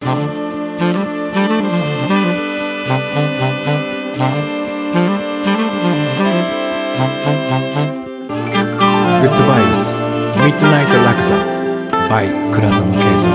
グッドバイブスミッドナイトラクザ by 倉園慶三。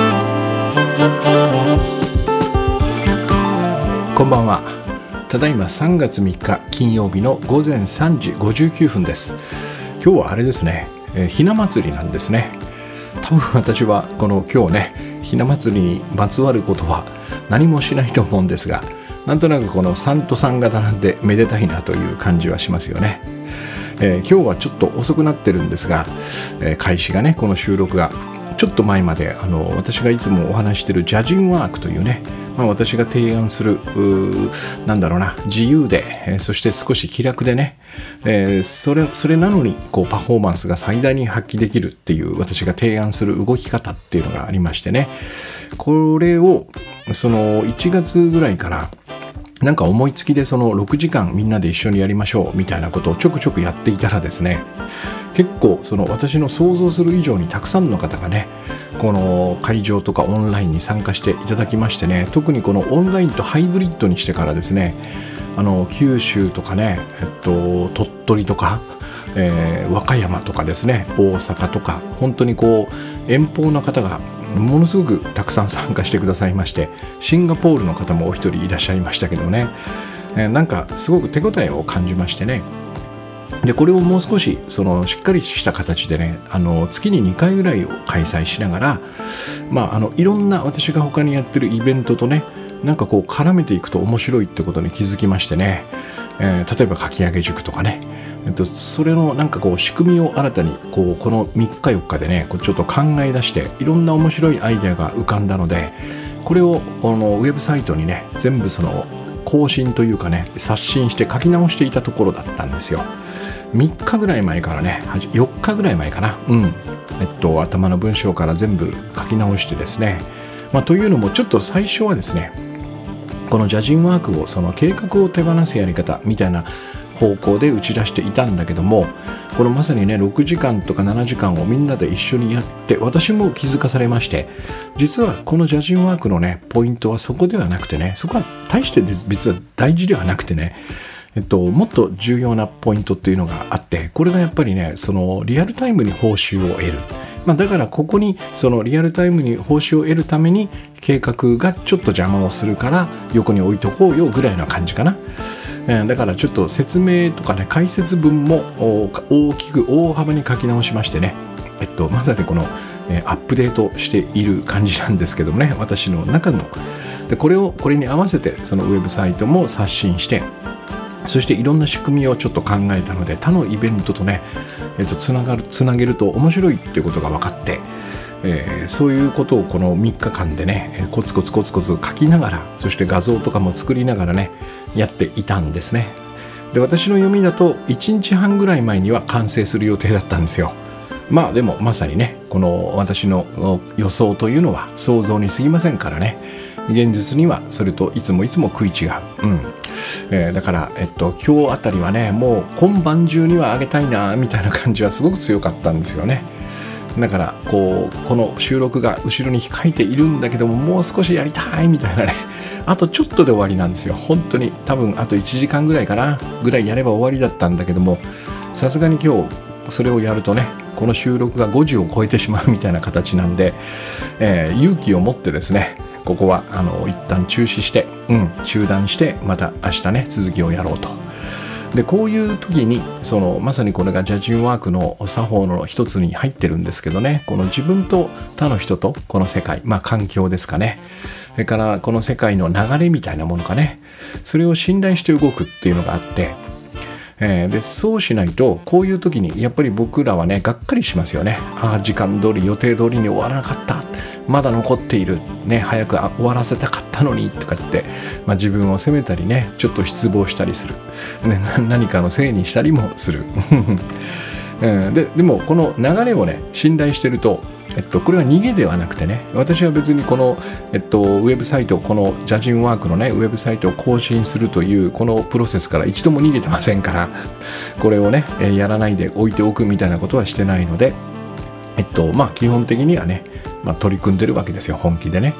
こんばんは。ただいま3月3日金曜日の午前3時59分です。今日はあれですね、ひな祭りなんですね。多分私はこの今日ね、ひな祭りにまつわることは何もしないと思うんですが、なんとなくこの3と3型なんでめでたいなという感じはしますよね。今日はちょっと遅くなってるんですが、開始がね、この収録がちょっと前まで私がいつもお話しているジャジンワークというね、私が提案する自由で、そして少し気楽でね、それなのにこうパフォーマンスが最大に発揮できるっていう私が提案する動き方っていうのがありましてね、これをその1月ぐらいからなんか思いつきでその6時間みんなで一緒にやりましょうみたいなことをちょくちょくやっていたらですね、結構その私の想像する以上にたくさんの方がね、この会場とかオンラインに参加していただきましてね、特にこのオンラインとハイブリッドにしてからですね、九州とかね、鳥取とか、和歌山とかですね、大阪とか、本当にこう遠方の方がものすごくたくさん参加してくださいまして、シンガポールの方もお一人いらっしゃいましたけどね、なんかすごく手応えを感じましてね。でこれをもう少ししっかりした形でね、月に2回ぐらいを開催しながら、いろんな私が他にやってるイベントとね、なんかこう絡めていくと面白いってことに気づきましてね、例えばかき上げ塾とかね、それのなんかこう仕組みを新たにこの3日4日でね、ちょっと考え出していろんな面白いアイデアが浮かんだので、これをウェブサイトにね、全部更新というかね、刷新して書き直していたところだったんですよ。3日ぐらい前からね、4日ぐらい前かな、頭の文章から全部書き直してですね、というのもちょっと最初はですね、このジャジンワークを計画を手放すやり方みたいな方向で打ち出していたんだけども、このまさにね6時間とか7時間をみんなで一緒にやって、私も気づかされまして、実はこのジャジンワークのねポイントはそこではなくてね、そこは大して実は大事ではなくてね、もっと重要なポイントっていうのがあって、これがやっぱりね、リアルタイムに報酬を得る。だからここにリアルタイムに報酬を得るために計画がちょっと邪魔をするから横に置いとこうよぐらいな感じかな。だからちょっと説明とかね、解説文も大幅に書き直しましてね、まさにこのアップデートしている感じなんですけどもね、私の中のでこれに合わせてウェブサイトも刷新して、そしていろんな仕組みをちょっと考えたので、他のイベントとね、つなげると面白いっていうことが分かって、そういうことをこの3日間でね、コツコツ書きながら、そして画像とかも作りながらねやっていたんですね。で私の読みだと1日半ぐらい前には完成する予定だったんですよ。でもまさにね、この私の予想というのは想像に過ぎませんからね、現実にはそれといつも食い違う、だから今日あたりはね、もう今晩中にはあげたいなみたいな感じはすごく強かったんですよね。だからこの収録が後ろに控えているんだけども、もう少しやりたいみたいなね、あとちょっとで終わりなんですよ。本当に多分あと1時間ぐらいかなぐらいやれば終わりだったんだけども、さすがに今日それをやるとね、この収録が5時を超えてしまうみたいな形なんで、勇気を持ってですね、ここは一旦中断してまた明日ね続きをやろうと。でこういう時にまさにこれがジャジンワークの作法の一つに入ってるんですけどね、この自分と他の人とこの世界、環境ですかね、それからこの世界の流れみたいなものかね、それを信頼して動くっていうのがあって、でそうしないとこういう時にやっぱり僕らはねがっかりしますよね。時間通り予定通りに終わらなかった、まだ残っているね、早く終わらせたかったのにとかって、自分を責めたりね、ちょっと失望したりする、何かのせいにしたりもするでもこの流れをね信頼してると、これは逃げではなくてね、私は別にこの、ウェブサイト、このジャジンワークのねウェブサイトを更新するというこのプロセスから一度も逃げてませんから、これをねやらないで置いておくみたいなことはしてないので、基本的にはね、取り組んでるわけですよ、本気でね。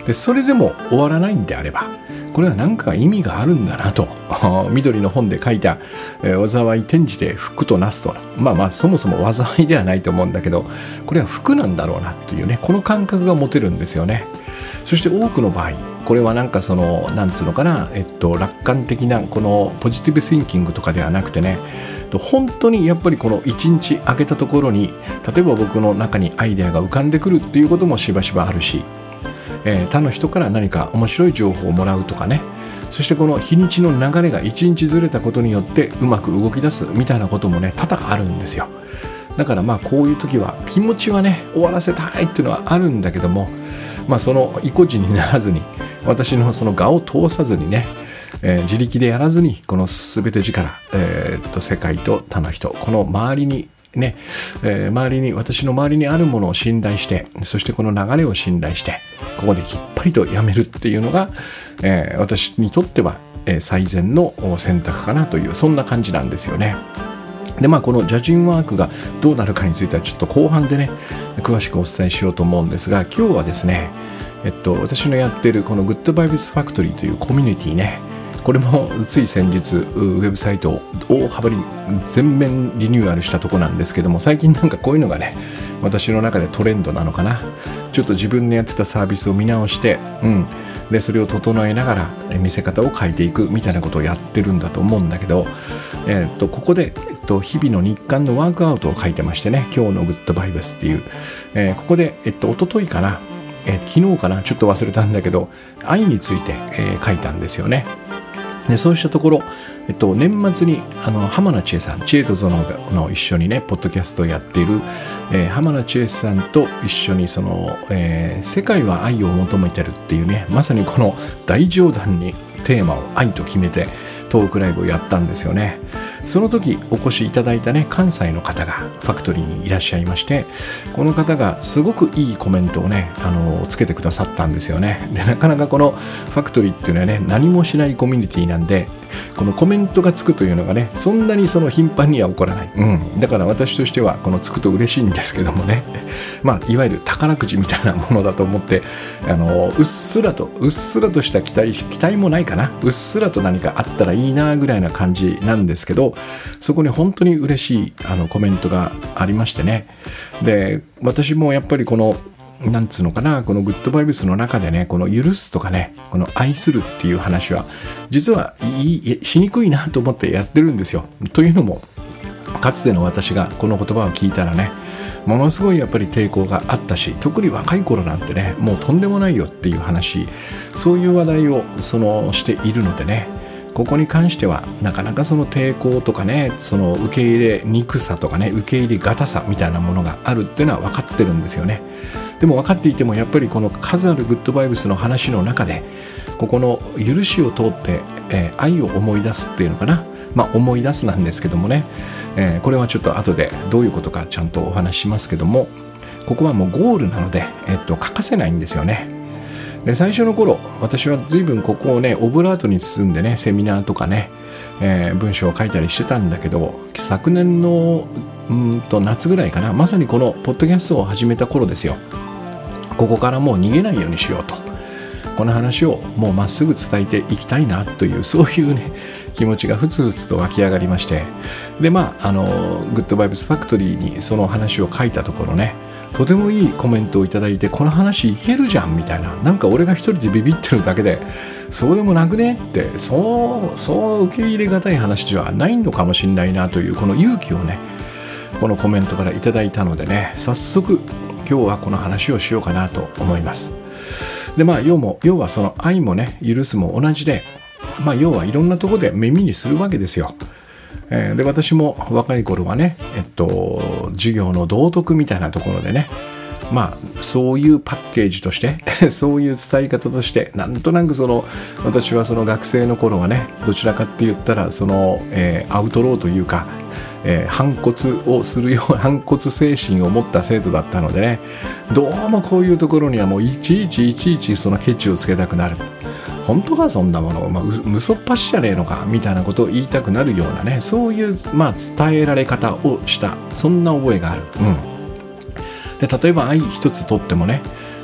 でそれでも終わらないんであれば、これは何か意味があるんだなと緑の本で書いた、災い転じて福となすと、そもそも災いではないと思うんだけど、これは福なんだろうなというね、この感覚が持てるんですよね。そして多くの場合、これはなんつうのかな、楽観的なこのポジティブシンキングとかではなくてね、本当にやっぱりこの一日空けたところに、例えば僕の中にアイデアが浮かんでくるっていうこともしばしばあるし、他の人から何か面白い情報をもらうとかね、そしてこの日にちの流れが一日ずれたことによってうまく動き出すみたいなこともね、多々あるんですよ。だからこういう時は気持ちはね、終わらせたいっていうのはあるんだけども、その意固地にならずに、私のその我を通さずにね、自力でやらずに、この全て力、世界と他の人、この周りにね、私の周りにあるものを信頼して、そしてこの流れを信頼して、ここできっぱりとやめるっていうのが、私にとっては、最善の選択かなという、そんな感じなんですよね。でこのジャジンワークがどうなるかについてはちょっと後半でね、詳しくお伝えしようと思うんですが、今日はですね、私のやっているこのグッドバイブスファクトリーというコミュニティね、これもつい先日ウェブサイトを大幅に全面リニューアルしたとこなんですけども、最近なんかこういうのがね、私の中でトレンドなのかな。ちょっと自分でやってたサービスを見直して、でそれを整えながら見せ方を変えていくみたいなことをやってるんだと思うんだけど、ここで、日々の日刊のワークアウトを書いてましてね、今日のグッドバイブスっていう、ここで、一昨日かな、昨日かな、ちょっと忘れたんだけど、愛について、書いたんですよね。でそうしたところ、年末に浜名千恵さん、知恵とゾノの一緒にねポッドキャストをやっている、浜名千恵さんと一緒に世界は愛を求めてるっていうね、まさにこの大冗談にテーマを愛と決めてトークライブをやったんですよね。その時お越しいただいたね、関西の方がファクトリーにいらっしゃいまして、この方がすごくいいコメントをねつけてくださったんですよね。でなかなかこのファクトリーっていうのはね、何もしないコミュニティなんで、このコメントがつくというのがね、そんなに頻繁には起こらない、だから私としてはこのつくと嬉しいんですけどもね、いわゆる宝くじみたいなものだと思って、うっすらとした期待もないかな、うっすらと何かあったらいいなぐらいな感じなんですけど、そこに本当に嬉しいコメントがありましてね。で私もやっぱりこのなんつうのかな、このグッドバイブスの中でね、この許すとかね、この愛するっていう話は実はしにくいなと思ってやってるんですよ。というのも、かつての私がこの言葉を聞いたらね、ものすごいやっぱり抵抗があったし、特に若い頃なんてね、もうとんでもないよっていう話、そういう話題をしているのでね、ここに関してはなかなか抵抗とかね、受け入れにくさとかね、受け入れがたさみたいなものがあるっていうのは分かってるんですよね。でも分かっていても、やっぱりこの数あるグッドバイブスの話の中で、ここの許しを通って、愛を思い出すっていうのかな、思い出すなんですけどもね、これはちょっと後でどういうことかちゃんとお話ししますけども、ここはもうゴールなので、欠かせないんですよね。で最初の頃、私は随分ここをねオブラートに包んでね、セミナーとかね、文章を書いたりしてたんだけど、昨年の夏ぐらいかな、まさにこのポッドキャストを始めた頃ですよ。ここからもう逃げないようにしようと、この話をもうまっすぐ伝えていきたいなという、そういうね気持ちがふつふつと湧き上がりまして、でグッドバイブスファクトリーにその話を書いたところね、とてもいいコメントをいただいて、この話いけるじゃんみたいな、なんか俺が一人でビビってるだけでそうでもなくねって、そう受け入れがたい話ではないのかもしれないなという、この勇気をねこのコメントからいただいたのでね、早速今日はこの話をしようかなと思います。で要はその愛もね許すも同じで、要はいろんなところで耳にするわけですよ。で私も若い頃はね、授業の道徳みたいなところでね、そういうパッケージとしてそういう伝え方として、なんとなく私は学生の頃はね、どちらかって言ったらアウトローというか、反骨をするような反骨精神を持った生徒だったのでね、どうもこういうところにはもういちいちケチをつけたくなる。本当かそんなもの、嘘っぱしじゃねえのかみたいなことを言いたくなるようなね、そういう伝えられ方をした、そんな覚えがある。で例えば愛一つとってもね、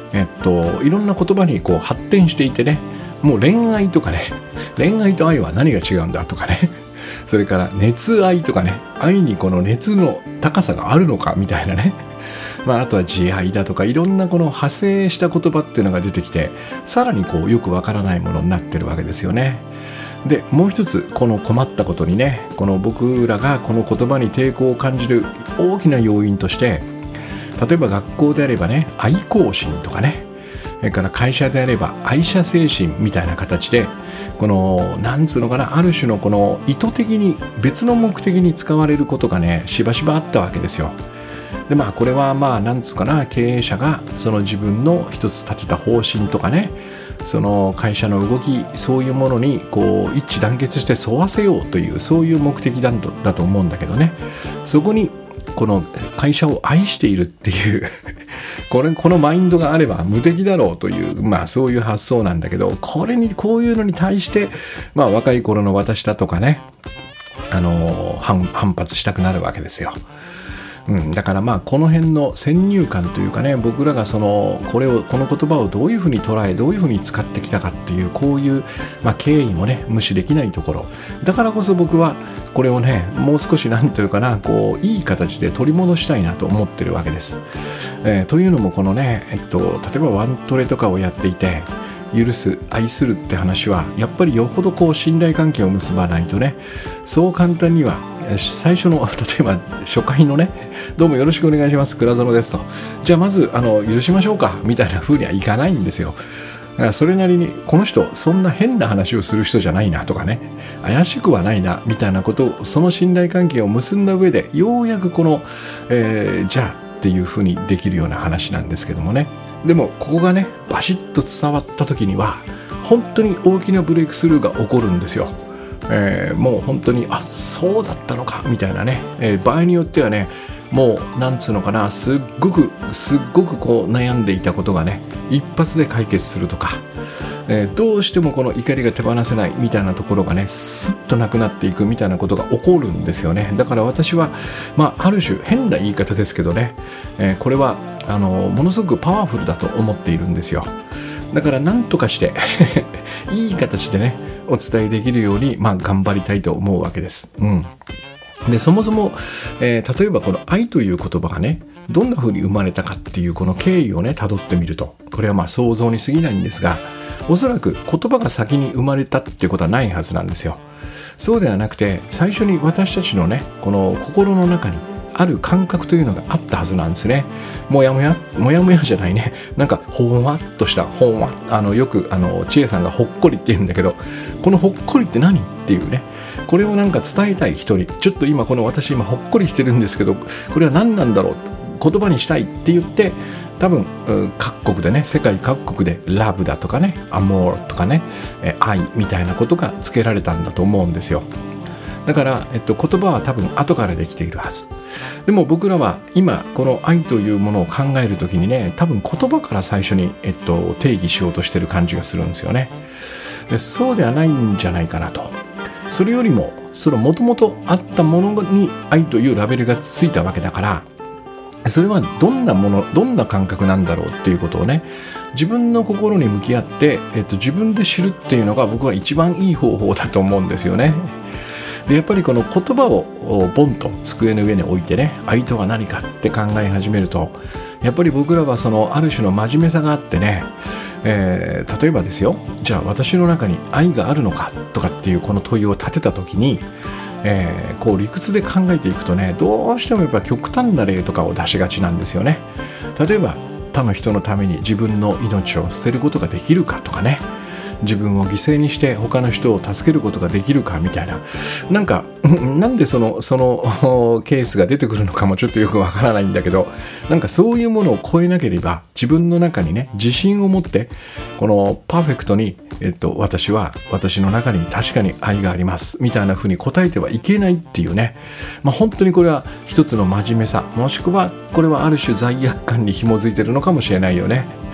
いろんな言葉にこう発展していてね、もう恋愛とかね、恋愛と愛は何が違うんだとかね、それから熱愛とかね、愛にこの熱の高さがあるのかみたいなね、あとは慈愛だとか、いろんなこの派生した言葉っていうのが出てきて、さらにこうよくわからないものになってるわけですよね。でもう一つ、この困ったことにね、この僕らがこの言葉に抵抗を感じる大きな要因として、例えば学校であればね、愛好心とかね、それから会社であれば愛社精神みたいな形で、このなんつうのかな、ある種のこの意図的に別の目的に使われることがね、しばしばあったわけですよ。でこれはなんつうかな、経営者がその自分の一つ立てた方針とかね、その会社の動き、そういうものにこう一致団結して沿わせようという、そういう目的だと思うんだけどね、そこにこの会社を愛しているっていうこのマインドがあれば無敵だろうという、そういう発想なんだけど、こういうのに対して、若い頃の私だとかね、反発したくなるわけですよ。だからこの辺の先入観というかね、僕らがこの言葉をどういうふうに捉え、どういうふうに使ってきたかっていう、こういう、経緯もね無視できないところだからこそ、僕はこれをね、もう少しなんというかな、こういい形で取り戻したいなと思ってるわけです。というのもこのね、例えばワントレとかをやっていて、許す、愛するって話はやっぱりよほどこう信頼関係を結ばないとね、そう簡単には最初の、例えば初回のね、どうもよろしくお願いします、倉園ですと、じゃあまず許しましょうかみたいな風にはいかないんですよ。だからそれなりに、この人そんな変な話をする人じゃないなとかね、怪しくはないなみたいなことを、その信頼関係を結んだ上で、ようやくこの、じゃあっていう風にできるような話なんですけどもね。でもここがね、バシッと伝わった時には本当に大きなブレイクスルーが起こるんですよ。もう本当にそうだったのかみたいなね、場合によってはね、もうなんつうのかな、すっごくこう悩んでいたことがね、一発で解決するとか、どうしてもこの怒りが手放せないみたいなところがね、スッとなくなっていくみたいなことが起こるんですよね。だから私はある種変な言い方ですけどね、これはものすごくパワフルだと思っているんですよ。だから何とかしていい形でね、お伝えできるように頑張りたいと思うわけです。でそもそも、例えばこの愛という言葉がね、どんな風に生まれたかっていうこの経緯をね、辿ってみると、これは想像に過ぎないんですが、おそらく言葉が先に生まれたっていうことはないはずなんですよ。そうではなくて、最初に私たちのね、この心の中にある感覚というのがあったはずなんですね。もやもやじゃないね、なんかほんわっとした、よく千恵さんがほっこりって言うんだけど、このほっこりって何っていうね、これをなんか伝えたい人に、ちょっと私今ほっこりしてるんですけど、これは何なんだろう、言葉にしたいって言って、多分各国でね、世界各国でラブだとかね、アモールとかね、愛みたいなことがつけられたんだと思うんですよ。だから、言葉は多分後からできているはず。でも僕らは今この愛というものを考えるときにね、多分言葉から最初に、定義しようとしてる感じがするんですよね。でそうではないんじゃないかなと。それよりもその元々あったものに愛というラベルがついたわけだから、それはどんなもの、どんな感覚なんだろうっていうことをね、自分の心に向き合って、自分で知るっていうのが僕は一番いい方法だと思うんですよね。でやっぱりこの言葉をボンと机の上に置いてね、愛とは何かって考え始めると、やっぱり僕らはそのある種の真面目さがあってね、例えばですよ、じゃあ私の中に愛があるのかとかっていうこの問いを立てた時に、こう理屈で考えていくとね、どうしてもやっぱ極端な例とかを出しがちなんですよね。例えば他の人のために自分の命を捨てることができるかとかね、自分を犠牲にして他の人を助けることができるかみたいな、なんでそのケースが出てくるのかもちょっとよくわからないんだけど、なんかそういうものを超えなければ自分の中にね、自信を持ってこのパーフェクトに、私の中に確かに愛がありますみたいな風に答えてはいけないっていうね、本当にこれは一つの真面目さ、もしくはこれはある種罪悪感に紐づいてるのかもしれないよね。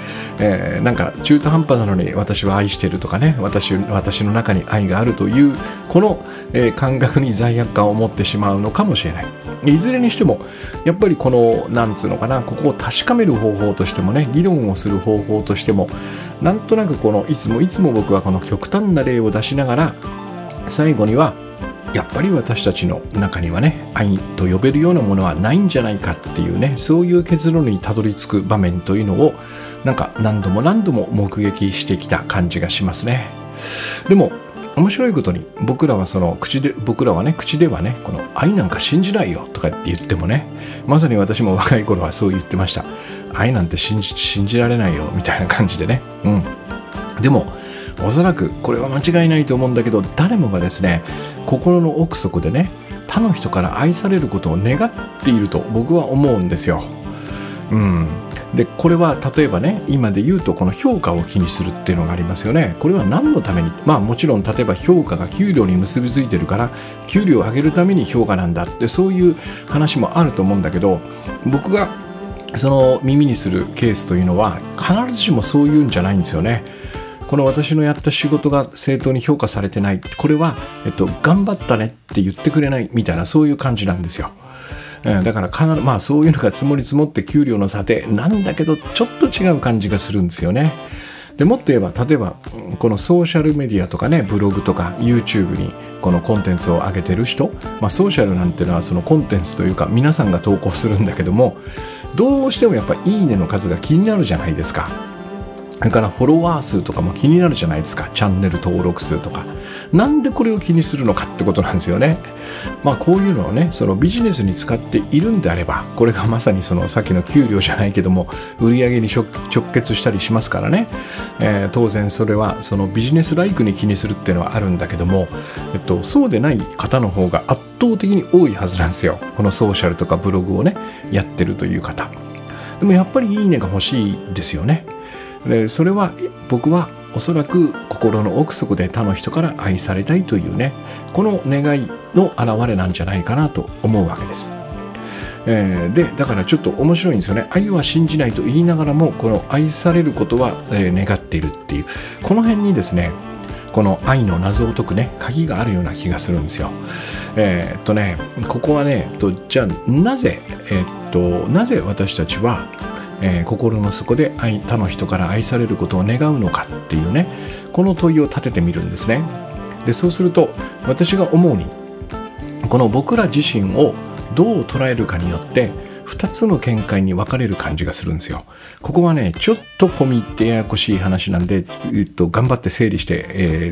なんか中途半端なのに私は愛してるとかね、私の中に愛があるというこの、感覚に罪悪感を持ってしまうのかもしれない。いずれにしてもやっぱりこのなんつうのかな、ここを確かめる方法としてもね、議論をする方法としても、なんとなくこのいつも僕はこの極端な例を出しながら、最後にはやっぱり私たちの中にはね、愛と呼べるようなものはないんじゃないかっていうね、そういう結論にたどり着く場面というのをなんか何度も目撃してきた感じがしますね。でも面白いことに僕らは口ではね、この愛なんか信じないよとかって言ってもね、まさに私も若い頃はそう言ってました。愛なんて信じられないよみたいな感じでね。でもおそらくこれは間違いないと思うんだけど、誰もがですね、心の奥底でね、他の人から愛されることを願っていると僕は思うんですよ。でこれは例えばね、今で言うとこの評価を気にするっていうのがありますよね。これは何のために、もちろん例えば評価が給料に結びついてるから給料を上げるために評価なんだって、そういう話もあると思うんだけど、僕が耳にするケースというのは必ずしもそういうんじゃないんですよね。この私のやった仕事が正当に評価されてない、これは、頑張ったねって言ってくれないみたいな、そういう感じなんですよ。だからそういうのが積もり積もって給料の査定なんだけど、ちょっと違う感じがするんですよね。でもっと言えば、例えばこのソーシャルメディアとかね、ブログとか YouTube にこのコンテンツを上げてる人、ソーシャルなんていうのはそのコンテンツというか皆さんが投稿するんだけども、どうしてもやっぱいいねの数が気になるじゃないですか。それからフォロワー数とかも気になるじゃないですか。チャンネル登録数とか。なんでこれを気にするのかってことなんですよね。こういうのをね、ビジネスに使っているんであれば、これがまさにさっきの給料じゃないけども売り上げに直結したりしますからね。当然それはビジネスライクに気にするっていうのはあるんだけども、そうでない方の方が圧倒的に多いはずなんですよ。このソーシャルとかブログをねやってるという方でもやっぱりいいねが欲しいですよね。でそれは僕はおそらく心の奥底で他の人から愛されたいというね、この願いの表れなんじゃないかなと思うわけです。でだからちょっと面白いんですよね。愛は信じないと言いながらも、この愛されることは、願っているっていう、この辺にですね、この愛の謎を解くね鍵があるような気がするんですよ。ここはね、じゃあなぜ私たちは心の底で他の人から愛されることを願うのかっていうね、この問いを立ててみるんですね。でそうすると私が思うに、この僕ら自身をどう捉えるかによって2つの見解に分かれる感じがするんですよ。ここはねちょっと込み入ってややこしい話なんで、頑張って整理して、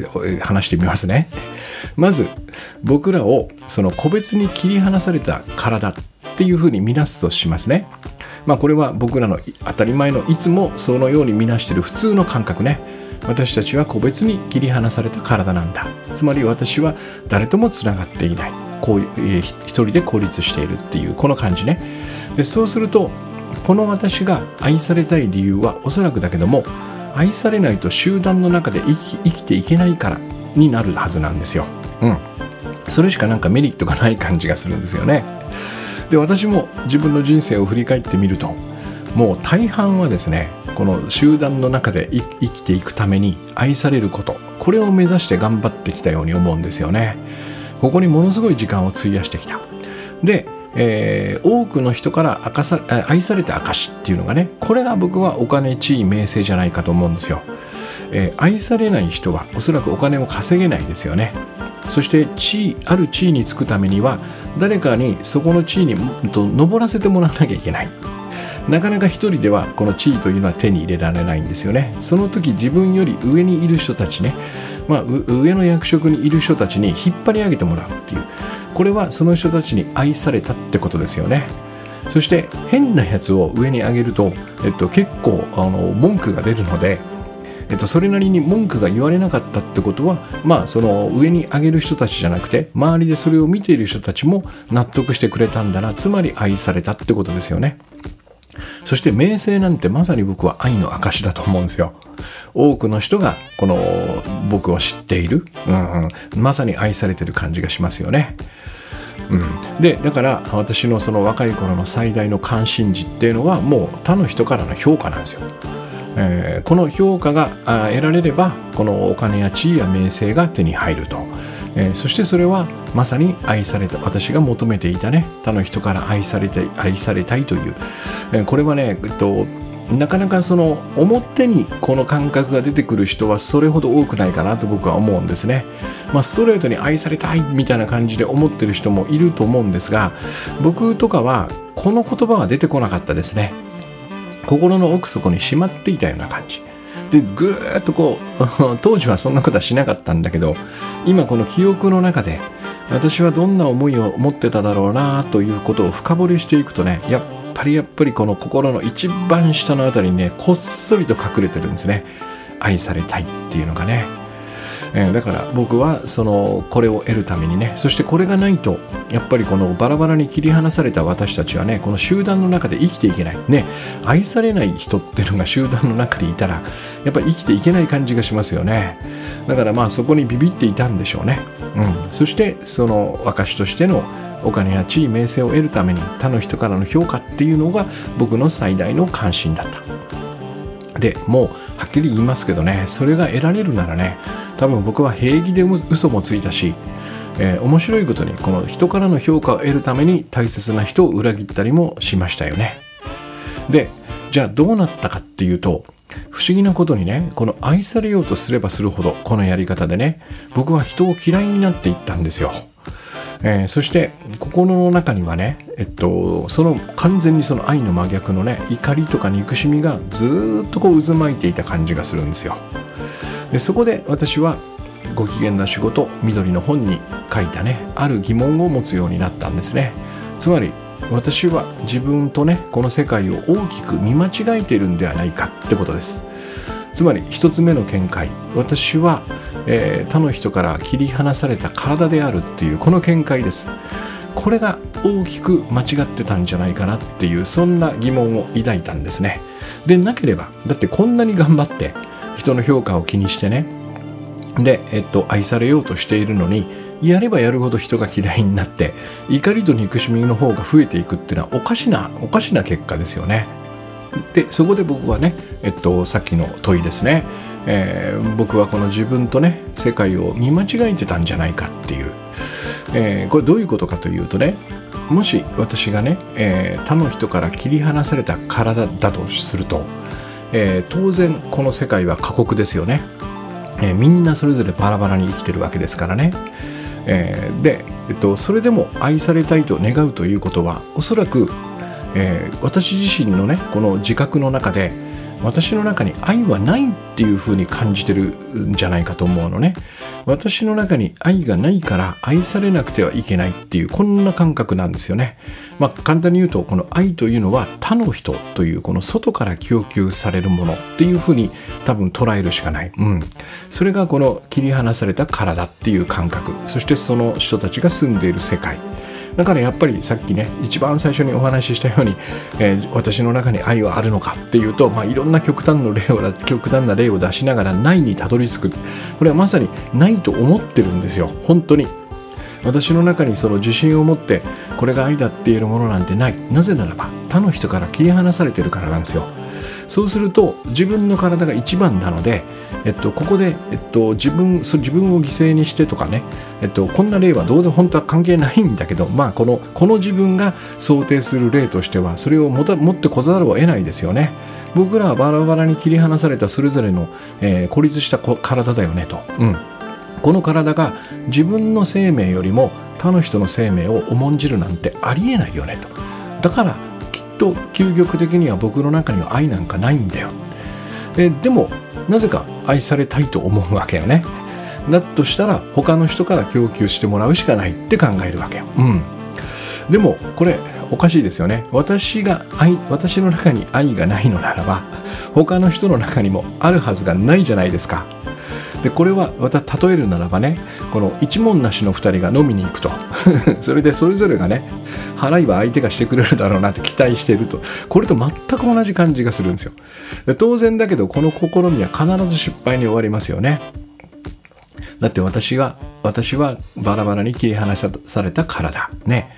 話してみますね。まず僕らを個別に切り離された体っていうふうに見なすとしますね。これは僕らの当たり前の、いつもそのように見なしている普通の感覚ね。私たちは個別に切り離された体なんだ。つまり私は誰ともつながっていない、一人で孤立しているっていうこの感じね。でそうするとこの私が愛されたい理由はおそらくだけども、愛されないと集団の中で生きていけないからになるはずなんですよ。それしかなんかメリットがない感じがするんですよね。で私も自分の人生を振り返ってみると、もう大半はですね、この集団の中で生きていくために愛されること、これを目指して頑張ってきたように思うんですよね。ここにものすごい時間を費やしてきた。で、多くの人から愛された証っていうのがね、これが僕はお金、地位、名声じゃないかと思うんですよ。愛されない人はおそらくお金を稼げないですよね。そしてある地位につくためには誰かにそこの地位に登らせてもらわなきゃいけない。なかなか一人ではこの地位というのは手に入れられないんですよね。その時自分より上にいる人たちね、上の役職にいる人たちに引っ張り上げてもらうっていう、これはその人たちに愛されたってことですよね。そして変なやつを上に上げると、結構文句が出るので、それなりに文句が言われなかったってことは、その上に上げる人たちじゃなくて周りでそれを見ている人たちも納得してくれたんだな、つまり愛されたってことですよね。そして名声なんてまさに僕は愛の証だと思うんですよ。多くの人がこの僕を知っている、まさに愛されてる感じがしますよね。でだから私のその若い頃の最大の関心事っていうのはもう他の人からの評価なんですよ。 この評価が得られればこのお金や地位や名声が手に入ると、そしてそれはまさに愛された、私が求めていたね、他の人から愛されたいという、これはね、なかなかその表にこの感覚が出てくる人はそれほど多くないかなと僕は思うんですね。ストレートに愛されたいみたいな感じで思ってる人もいると思うんですが、僕とかはこの言葉は出てこなかったですね。心の奥底にしまっていたような感じで、ぐーっと当時はそんなことはしなかったんだけど、今この記憶の中で私はどんな思いを持ってただろうなということを深掘りしていくとね、やっぱりこの心の一番下のあたりにね、こっそりと隠れてるんですね。愛されたいっていうのがね。だから僕はこれを得るためにね、そしてこれがないとやっぱりこのバラバラに切り離された私たちはね、この集団の中で生きていけないね。愛されない人っていうのが集団の中にいたらやっぱり生きていけない感じがしますよね。だからそこにビビっていたんでしょうね。そしてその証としてのお金や地位名声を得るために他の人からの評価っていうのが僕の最大の関心だった。でもうはっきり言いますけどね、それが得られるならね、多分僕は平気で嘘もついたし、面白いことにこの人からの評価を得るために大切な人を裏切ったりもしましたよね。で、じゃあどうなったかっていうと、不思議なことにね、この愛されようとすればするほどこのやり方でね、僕は人を嫌いになっていったんですよ。そして心の中にはね、完全にその愛の真逆のね、怒りとか憎しみがずっと渦巻いていた感じがするんですよ。でそこで私はご機嫌な仕事、緑の本に書いたね、ある疑問を持つようになったんですね。つまり私は自分とね、この世界を大きく見間違えているんではないかってことです。つまり一つ目の見解、私は他の人から切り離された体であるっていうこの見解です。これが大きく間違ってたんじゃないかなっていう、そんな疑問を抱いたんですね。でなければ、だってこんなに頑張って人の評価を気にしてね、で、愛されようとしているのに、やればやるほど人が嫌いになって怒りと憎しみの方が増えていくっていうのはおかしな結果ですよね。でそこで僕はね、さっきの問いですね、僕はこの自分とね、世界を見間違えてたんじゃないかっていう、これどういうことかというとね、もし私がね、他の人から切り離された体だとすると、当然この世界は過酷ですよね。みんなそれぞれバラバラに生きてるわけですからね。で、それでも愛されたいと願うということは、おそらく、私自身のね、この自覚の中で私の中に愛はないっていうふうに感じてるんじゃないかと思うのね。私の中に愛がないから愛されなくてはいけないっていう、こんな感覚なんですよね。簡単に言うと、この愛というのは他の人というこの外から供給されるものっていうふうに多分捉えるしかない。それがこの切り離された体っていう感覚、そしてその人たちが住んでいる世界。だからやっぱりさっきね、一番最初にお話ししたように、私の中に愛はあるのかっていうと、いろんな極端な例を出しながらないにたどり着く。これはまさにないと思ってるんですよ。本当に私の中にその自信を持ってこれが愛だって言えるものなんてない。なぜならば他の人から切り離されてるからなんですよ。そうすると自分の体が一番なので、ここで、自分を犠牲にしてとかね、こんな例はどうで本当は関係ないんだけど、この自分が想定する例としてはそれを持ってこざるを得ないですよね。僕らはバラバラに切り離されたそれぞれの、孤立した体だよねと、この体が自分の生命よりも他の人の生命を重んじるなんてありえないよねと。だからきっと究極的には僕の中には愛なんかないんだよ。でもなぜか愛されたいと思うわけよね。だとしたら他の人から供給してもらうしかないって考えるわけよ。でもこれおかしいですよね。私の中に愛がないのならば他の人の中にもあるはずがないじゃないですか。でこれは例えるならばね、この一文なしの2人が飲みに行くとそれでそれぞれがね、払いは相手がしてくれるだろうなと期待していると、これと全く同じ感じがするんですよ。で当然だけどこの試みは必ず失敗に終わりますよね。だって私はバラバラに切り離された体ね。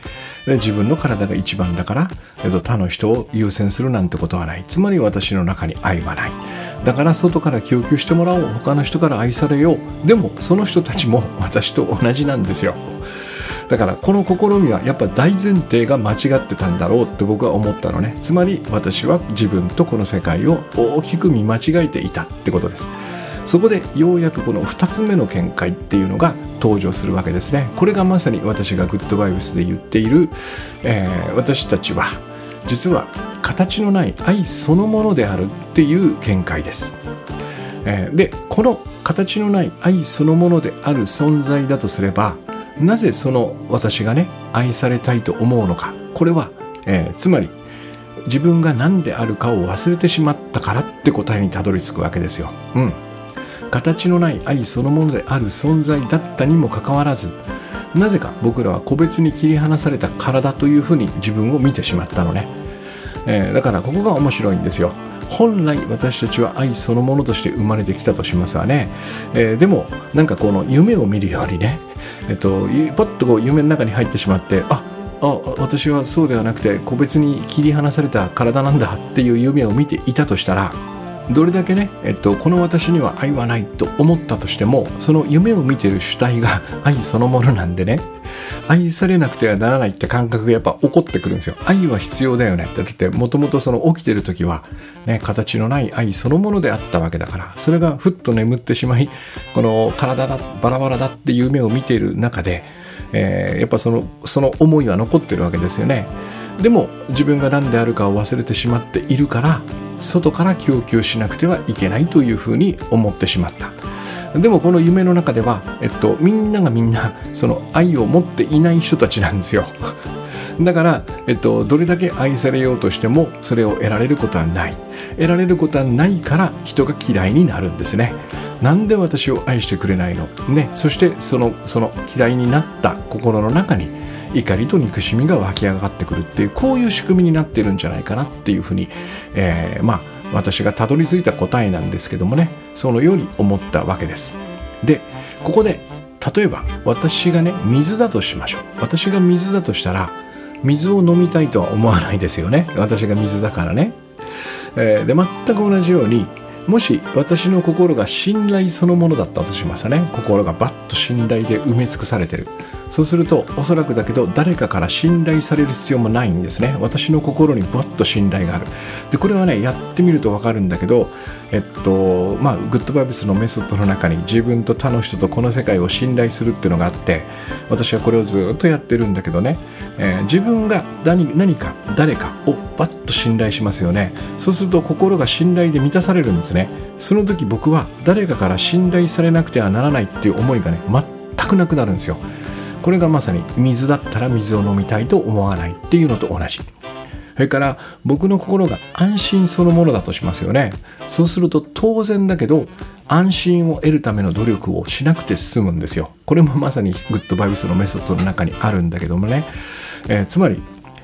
で自分の体が一番だから、他の人を優先するなんてことはない。つまり私の中に愛はない。だから外から供給してもらおう。他の人から愛されよう。でもその人たちも私と同じなんですよ。だからこの試みはやっぱ大前提が間違ってたんだろうって僕は思ったのね。つまり私は自分とこの世界を大きく見間違えていたってことです。そこでようやくこの2つ目の見解っていうのが登場するわけですね。これがまさに私がグッドバイブスで言っている、私たちは実は形のない愛そのものであるっていう見解です。でこの形のない愛そのものである存在だとすれば、なぜその私がね愛されたいと思うのか。これは、つまり自分が何であるかを忘れてしまったからって答えにたどり着くわけですよ。形のない愛そのものである存在だったにもかかわらず、なぜか僕らは個別に切り離された体というふうに自分を見てしまったのね。だからここが面白いんですよ。本来私たちは愛そのものとして生まれてきたとしますわね。でもなんかこの夢を見るようにね、パッとこう夢の中に入ってしまって、私はそうではなくて個別に切り離された体なんだっていう夢を見ていたとしたら、どれだけね、この私には愛はないと思ったとしても、その夢を見ている主体が愛そのものなんでね、愛されなくてはならないって感覚がやっぱ起こってくるんですよ。愛は必要だよねって。だってもともとその起きてる時は、ね、形のない愛そのものであったわけだから、それがふっと眠ってしまい、この体だバラバラだっていう夢を見ている中で、やっぱその思いは残ってるわけですよね。でも自分が何であるかを忘れてしまっているから、外から供給しなくてはいけないというふうに思ってしまった。でもこの夢の中では、みんながみんなその愛を持っていない人たちなんですよ。だから、どれだけ愛されようとしてもそれを得られることはない。得られることはないから人が嫌いになるんですね。なんで私を愛してくれないの、ね、そしてその嫌いになった心の中に怒りと憎しみが湧き上がってくるっていう、こういう仕組みになってるんじゃないかなっていうふうに、私がたどり着いた答えなんですけどもね、そのように思ったわけです。でここで例えば私がね水だとしましょう。私が水だとしたら水を飲みたいとは思わないですよね。私が水だからね。で全く同じように、もし私の心が信頼そのものだったとしますね。心がバッと信頼で埋め尽くされてる。そうするとおそらくだけど誰かから信頼される必要もないんですね。私の心にバッと信頼がある。でこれはねやってみると分かるんだけど、グッドバイブスのメソッドの中に自分と他の人とこの世界を信頼するっていうのがあって、私はこれをずっとやってるんだけどね、自分が何か誰かをバッと信頼しますよね。そうすると心が信頼で満たされるんですね。その時僕は誰かから信頼されなくてはならないっていう思いがね全くなくなるんですよ。これがまさに水だったら水を飲みたいと思わないっていうのと同じ。それから僕の心が安心そのものだとしますよね。そうすると当然だけど安心を得るための努力をしなくて済むんですよ。これもまさにグッドバイブスのメソッドの中にあるんだけどもね、つまり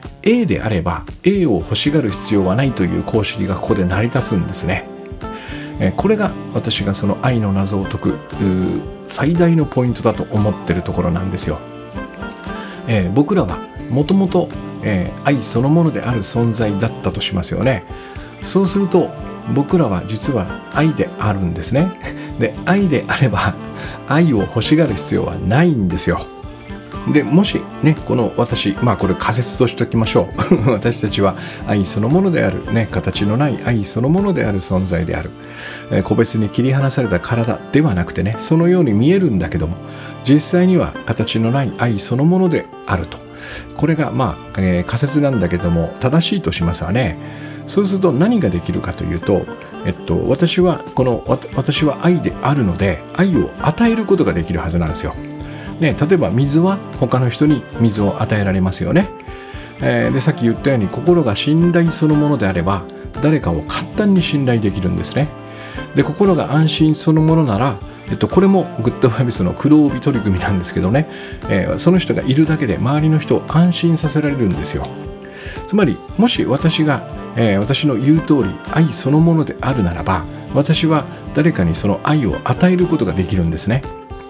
A であれば A を欲しがる必要はないという公式がここで成り立つんですね。これが私がその愛の謎を解く最大のポイントだと思っているところなんですよ。僕らはもともと愛そのものである存在だったとしますよね。そうすると僕らは実は愛であるんですね。で愛であれば愛を欲しがる必要はないんですよ。でもしねこの私これ仮説としておきましょう私たちは愛そのものである、ね、形のない愛そのものである存在である、個別に切り離された体ではなくてね、そのように見えるんだけども実際には形のない愛そのものであると。これが仮説なんだけども正しいとしますわね。そうすると何ができるかというと、私は愛であるので愛を与えることができるはずなんですよ。ね、例えば水は他の人に水を与えられますよね。でさっき言ったように心が信頼そのものであれば誰かを簡単に信頼できるんですね。で心が安心そのものなら、これもグッドバイブスの黒帯取り組みなんですけどね、その人がいるだけで周りの人を安心させられるんですよ。つまりもし私が、私の言う通り愛そのものであるならば、私は誰かにその愛を与えることができるんですね。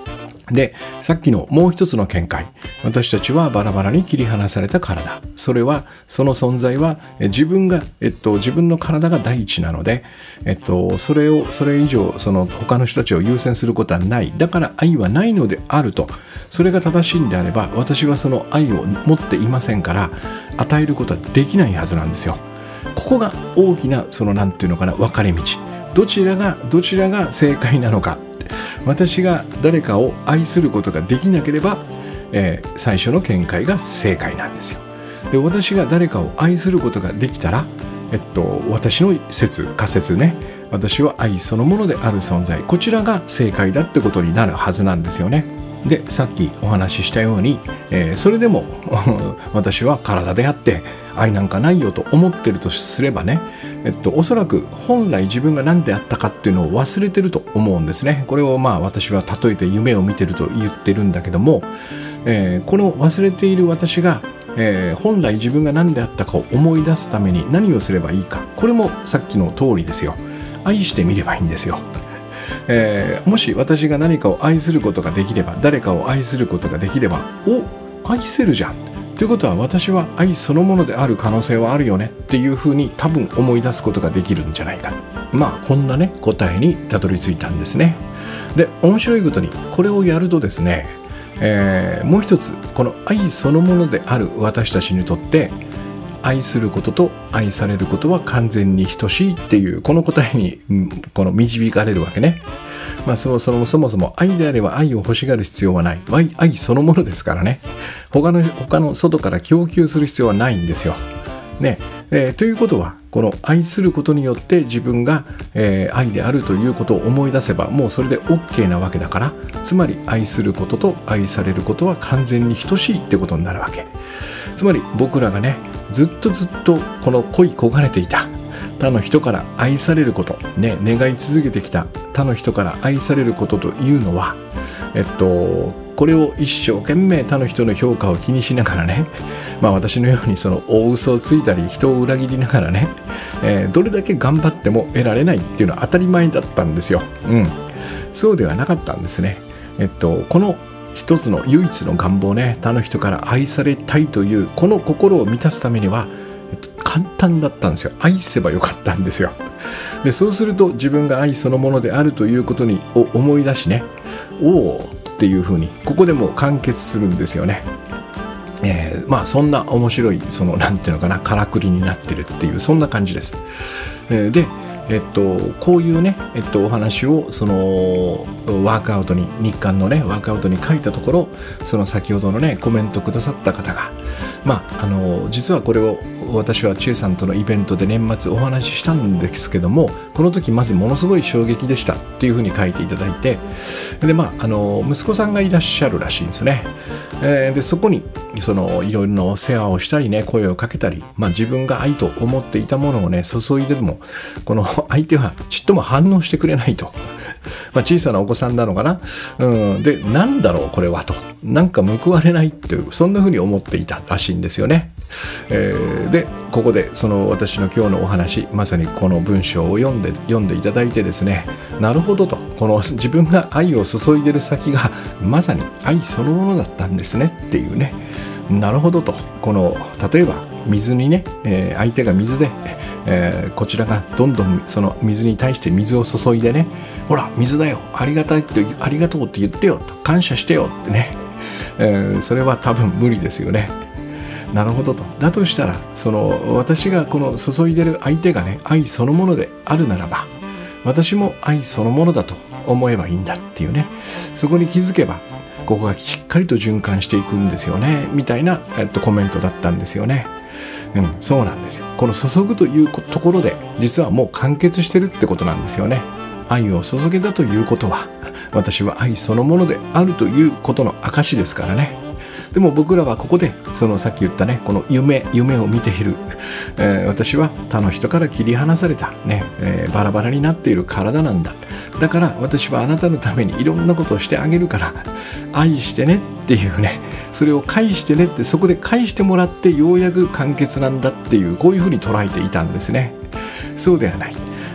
で、さっきのもう一つの見解、私たちはバラバラに切り離された体、それはその存在は自分の体が第一なので、それ以上その他の人たちを優先することはない、だから愛はないのであると、それが正しいんであれば、私はその愛を持っていませんから与えることはできないはずなんですよ。ここが大きななんていうのかな、分かれ道、どちらが正解なのか。私が誰かを愛することができなければ、最初の見解が正解なんですよ。で、私が誰かを愛することができたら、私の仮説ね、私は愛そのものである存在、こちらが正解だってことになるはずなんですよね。で、さっきお話ししたように、それでも私は体であって愛なんかないよと思ってるとすればね、おそらく本来自分が何であったかっていうのを忘れてると思うんですね。これを私は例えて夢を見てると言ってるんだけども、この忘れている私が、本来自分が何であったかを思い出すために何をすればいいか、これもさっきの通りですよ。愛してみればいいんですよ。もし私が何かを愛することができれば、誰かを愛することができれば、愛せるじゃんということは、私は愛そのものである可能性はあるよねっていうふうに多分思い出すことができるんじゃないか。こんなね答えにたどり着いたんですね。で、面白いことにこれをやるとですね、もう一つ、この愛そのものである私たちにとって愛することと愛されることは完全に等しいっていうこの答えに、導かれるわけね。そもそも愛であれば愛を欲しがる必要はない。愛そのものですからね。他の外から供給する必要はないんですよ。ね。ということは、この愛することによって自分が、愛であるということを思い出せば、もうそれで OK なわけだから、つまり愛することと愛されることは完全に等しいってことになるわけ。つまり僕らがね、ずっとこの恋焦がれていた他の人から愛されること、ね、願い続けてきた他の人から愛されることというのは、これを一生懸命他の人の評価を気にしながらね、私のように大嘘をついたり人を裏切りながらね、どれだけ頑張っても得られないっていうのは当たり前だったんですよ。そうではなかったんですね。この一つの唯一の願望ね、他の人から愛されたいというこの心を満たすためには、簡単だったんですよ。愛せばよかったんですよ。で、そうすると自分が愛そのものであるということを思い出しね、っていうふうにここでも完結するんですよね。そんな面白いなんていうのかな、からくりになってるっていう、そんな感じです。で、こういうね、お話をワークアウトに、日刊のねワークアウトに書いたところ、先ほどのねコメントくださった方が、実はこれを私は千恵さんとのイベントで年末お話ししたんですけども、この時まずものすごい衝撃でしたっていうふうに書いていただいて、で息子さんがいらっしゃるらしいんですね。で、そこにいろいろなお世話をしたりね、声をかけたり、自分が愛と思っていたものをね注いでも、この相手はちっとも反応してくれないと。小さなお子さんなのかな、で、なんだろうこれはと、なんか報われないっていう、そんな風に思っていたらしいんですよね。で、ここで私の今日のお話、まさにこの文章を読んでいただいてですね、なるほどと、この自分が愛を注いでる先がまさに愛そのものだったんですねっていうね、なるほどと、例えば水にね、相手が水で、こちらがどんどんその水に対して水を注いでね、ほら水だよ、ありがとうって言ってよと、感謝してよってね、それは多分無理ですよね。なるほどと。だとしたら私がこの注いでる相手がね愛そのものであるならば、私も愛そのものだと思えばいいんだっていうね、そこに気づけばここがしっかりと循環していくんですよね、みたいな、コメントだったんですよね。そうなんですよ。この注ぐというところで実はもう完結してるってことなんですよね。愛を注げたということは、私は愛そのものであるということの証ですからね。でも僕らはここでさっき言ったね、この夢を見ている、私は他の人から切り離された、ねバラバラになっている体なんだ。だから私はあなたのためにいろんなことをしてあげるから愛してねっていうね、それを返してねって、そこで返してもらってようやく完結なんだっていう、こういうふうに捉えていたんですね。そうではない。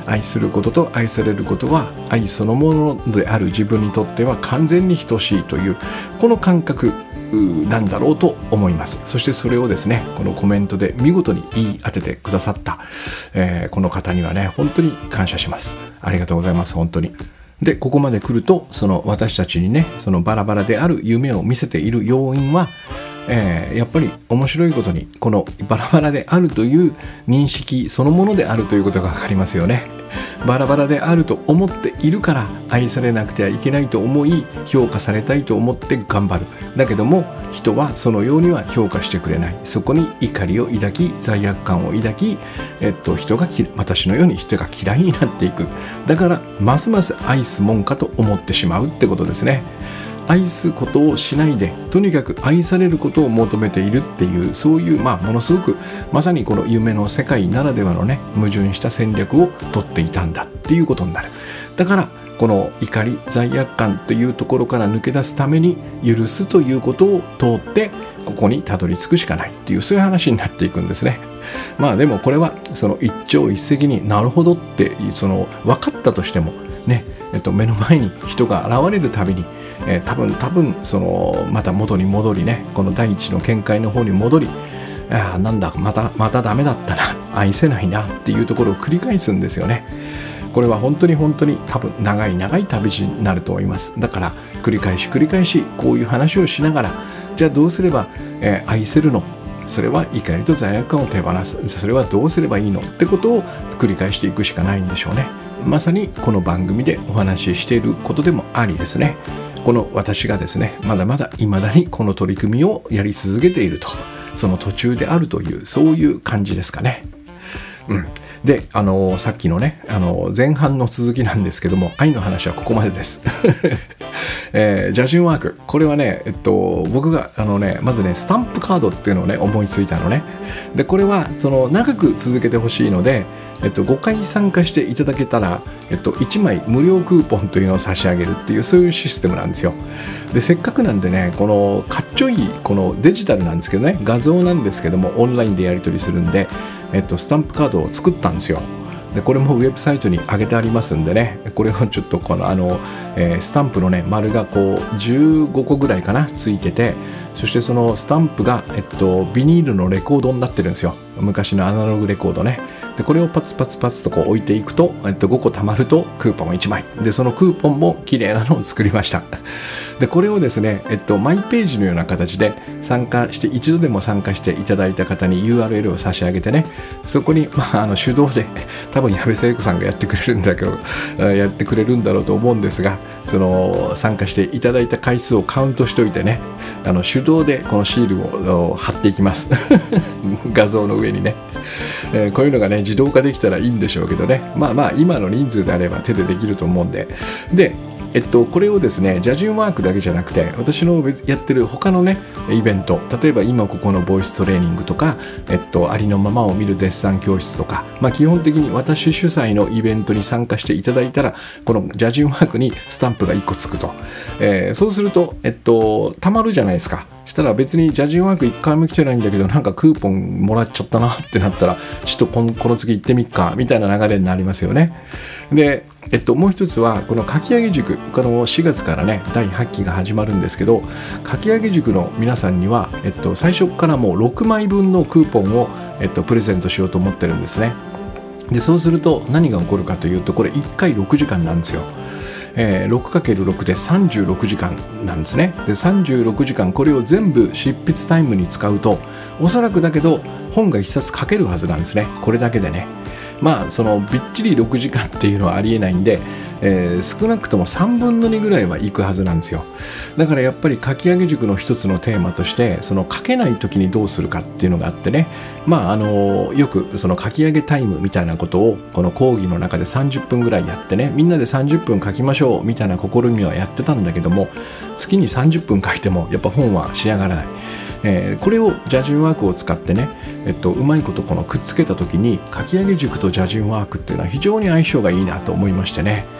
愛することと愛されることは愛そのものである自分にとっては完全に等しいというこの感覚なんだろうと思います。そしてそれをですねこのコメントで見事に言い当ててくださった、この方にはね本当に感謝します。ありがとうございます。本当に。でここまで来るとその私たちにねそのバラバラである夢を見せている要因は、やっぱり面白いことにこのバラバラであるという認識そのものであるということが分かりますよね。バラバラであると思っているから愛されなくてはいけないと思い評価されたいと思って頑張る。だけども人はそのようには評価してくれない。そこに怒りを抱き罪悪感を抱き、私のように人が嫌いになっていく。だからますます愛すもんかと思ってしまうってことですね。愛すことをしないでとにかく愛されることを求めているっていうそういうものすごくまさにこの夢の世界ならではのね矛盾した戦略をとっていたんだっていうことになる。だからこの怒り罪悪感というところから抜け出すために許すということを通ってここにたどり着くしかないっていうそういう話になっていくんですね。でもこれはその一朝一夕になるほどってその分かったとしてもね、目の前に人が現れるたびに多分そのまた元に戻りねこの第一の見解の方に戻りなんだまたダメだったな愛せないなっていうところを繰り返すんですよね。これは本当に多分長い旅路になると思います。だから繰り返しこういう話をしながらじゃあどうすれば、愛せるのそれは怒りと罪悪感を手放すそれはどうすればいいのってことを繰り返していくしかないんでしょうね。まさにこの番組でお話ししていることでもありですねこの私がですねまだ未だにこの取り組みをやり続けているとその途中であるというそういう感じですかね。でさっきのね前半の続きなんですけども愛の話はここまでです。邪神ワークこれはね、僕がまずねスタンプカードっていうのをね思いついたのね。でこれはその長く続けてほしいので、5回参加していただけたら、1枚無料クーポンというのを差し上げるっていうそういうシステムなんですよ。でせっかくなんでねこのかっちょいいこのデジタルなんですけどね画像なんですけどもオンラインでやり取りするんで、スタンプカードを作ったんですよ。でこれもウェブサイトに上げてありますんでねこれをちょっとこのスタンプのね丸がこう15個ぐらいかなついててそしてそのスタンプが、ビニールのレコードになってるんですよ。昔のアナログレコードね。でこれをパツパツとこう置いていくと、5個貯まるとクーポン1枚でそのクーポンも綺麗なのを作りました。でこれをですね、マイページのような形で参加して一度でも参加していただいた方に URL を差し上げてねそこに、手動で多分矢部聖子さんがやってくれるんだろうと思うんですがその参加していただいた回数をカウントしておいてね手動でこのシールを貼っていきます画像の上にね、こういうのがね自動化できたらいいんでしょうけどね今の人数であれば手でできると思うんでこれをですね邪神ワークだけじゃなくて私のやってる他のねイベント例えば今ここのボイストレーニングとか、ありのままを見るデッサン教室とか、基本的に私主催のイベントに参加していただいたらこの邪神ワークにスタンプが1個つくと、そうするとたまるじゃないですか。したら別に邪神ワーク1回も来てないんだけどなんかクーポンもらっちゃったなってなったらちょっとこの次行ってみっかみたいな流れになりますよね。でもう一つはこのかき上げ塾この4月からね第8期が始まるんですけどかき上げ塾の皆さんには、最初からもう6枚分のクーポンを、プレゼントしようと思ってるんですね。でそうすると何が起こるかというとこれ1回6時間なんですよ。6×6 で36時間なんですね。で36時間これを全部執筆タイムに使うとおそらくだけど本が1冊書けるはずなんですね。これだけでねそのびっちり6時間っていうのはありえないんで、少なくとも3分の2ぐらいはいくはずなんですよ。だからやっぱり書き上げ塾の一つのテーマとしてその書けない時にどうするかっていうのがあってねよくその書き上げタイムみたいなことをこの講義の中で30分ぐらいやってねみんなで30分書きましょうみたいな試みはやってたんだけども月に30分書いてもやっぱ本は仕上がらない。これを邪神ワークを使ってね、うまいことこのくっつけた時にかき上げ塾と邪神ワークっていうのは非常に相性がいいなと思いましてね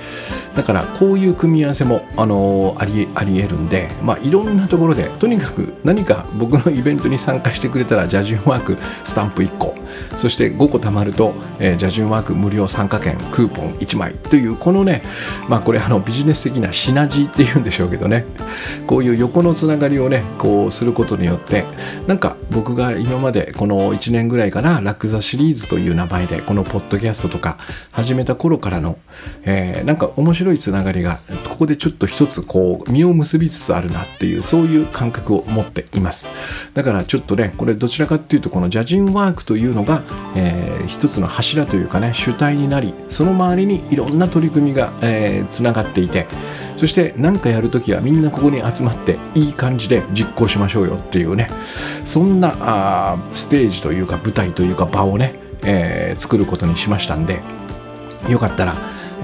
だからこういう組み合わせもあり得るんで、いろんなところでとにかく何か僕のイベントに参加してくれたらジャジュンワークスタンプ1個、そして5個貯まると、ジャジュンワーク無料参加券クーポン1枚というこのね、これビジネス的なシナジーっていうんでしょうけどね、こういう横のつながりをねこうすることによって、なんか僕が今までこの1年ぐらいかな、ラクザシリーズという名前でこのポッドキャストとか始めた頃からの、なんか面白いつながりがここでちょっと一つこう実を結びつつあるなっていう、そういう感覚を持っています。だからちょっとね、これどちらかっていうとこのジャジンワークというのが、一つの柱というかね、主体になり、その周りにいろんな取り組みが、つながっていて、そして何かやるときはみんなここに集まっていい感じで実行しましょうよっていうね、そんなステージというか舞台というか場をね、作ることにしましたんで、よかったら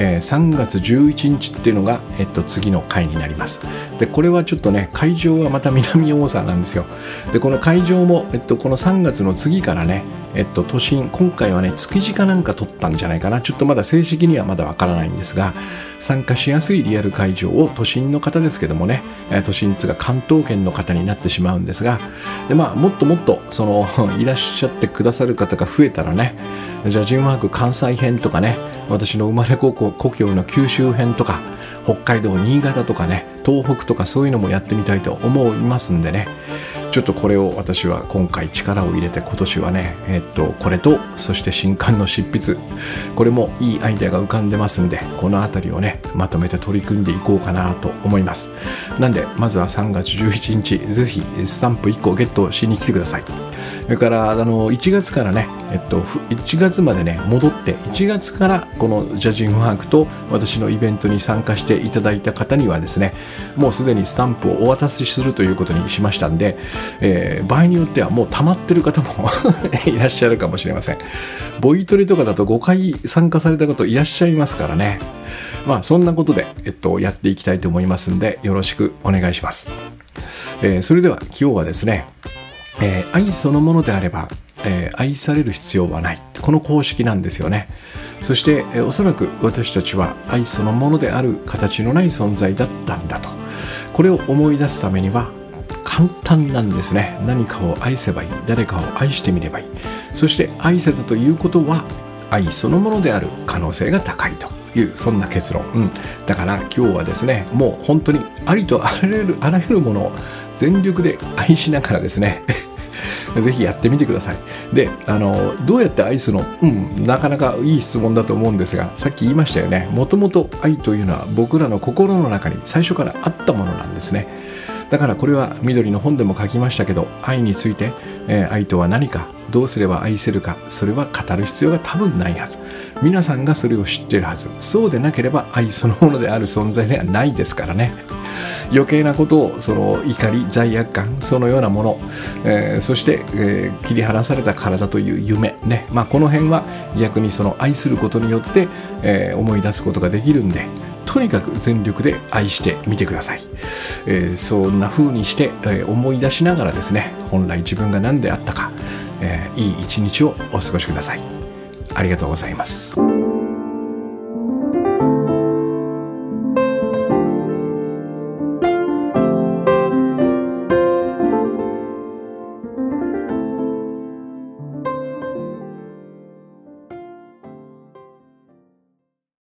3月11日っていうのが、次の回になります。でこれはちょっとね、会場はまた南大沢なんですよ。でこの会場も、この3月の次からね、都心、今回はね築地かなんか取ったんじゃないかな、ちょっとまだ正式にはまだわからないんですが、参加しやすいリアル会場を都心の方ですけどもね、都心というか関東圏の方になってしまうんですが、でもっともっとそのいらっしゃってくださる方が増えたらね、ジャジンワーク関西編とかね、私の生まれ故郷の九州編とか、北海道新潟とかね、東北とかそういうのもやってみたいと思いますんでね、ちょっとこれを私は今回力を入れて、今年はね、これとそして新刊の執筆、これもいいアイデアが浮かんでますんで、このあたりをねまとめて取り組んでいこうかなと思います。なんでまずは3月17日ぜひスタンプ1個ゲットしに来てください。それから1月からね、1月までね戻って、1月からこのジャジンワークと私のイベントに参加していただいた方にはですね、もうすでにスタンプをお渡しするということにしましたんで、場合によってはもう溜まってる方もいらっしゃるかもしれません。ボイトレとかだと5回参加された方いらっしゃいますからね。そんなことで、やっていきたいと思いますんで、よろしくお願いします。それでは今日はですね、愛そのものであれば、愛される必要はない、この公式なんですよね。そして、おそらく私たちは愛そのものである形のない存在だったんだと、これを思い出すためには簡単なんですね。何かを愛せばいい、誰かを愛してみればいい。そして愛せたということは愛そのものである可能性が高いという、そんな結論、だから今日はですね、もう本当にありとあらゆるものを全力で愛しながらですねぜひやってみてください。で、どうやって愛すの？なかなかいい質問だと思うんですが、さっき言いましたよね。もともと愛というのは僕らの心の中に最初からあったものなんですね。だからこれは緑の本でも書きましたけど、愛について、愛とは何か、どうすれば愛せるか、それは語る必要が多分ないはず。皆さんがそれを知っているはず。そうでなければ愛そのものである存在ではないですからね。余計なことを、その怒り、罪悪感、そのようなもの、そして、切り離された体という夢ね、この辺は逆にその愛することによって、思い出すことができるんで、とにかく全力で愛してみてください。そんな風にして、思い出しながらですね、本来自分が何であったか、いい一日をお過ごしください。ありがとうございます。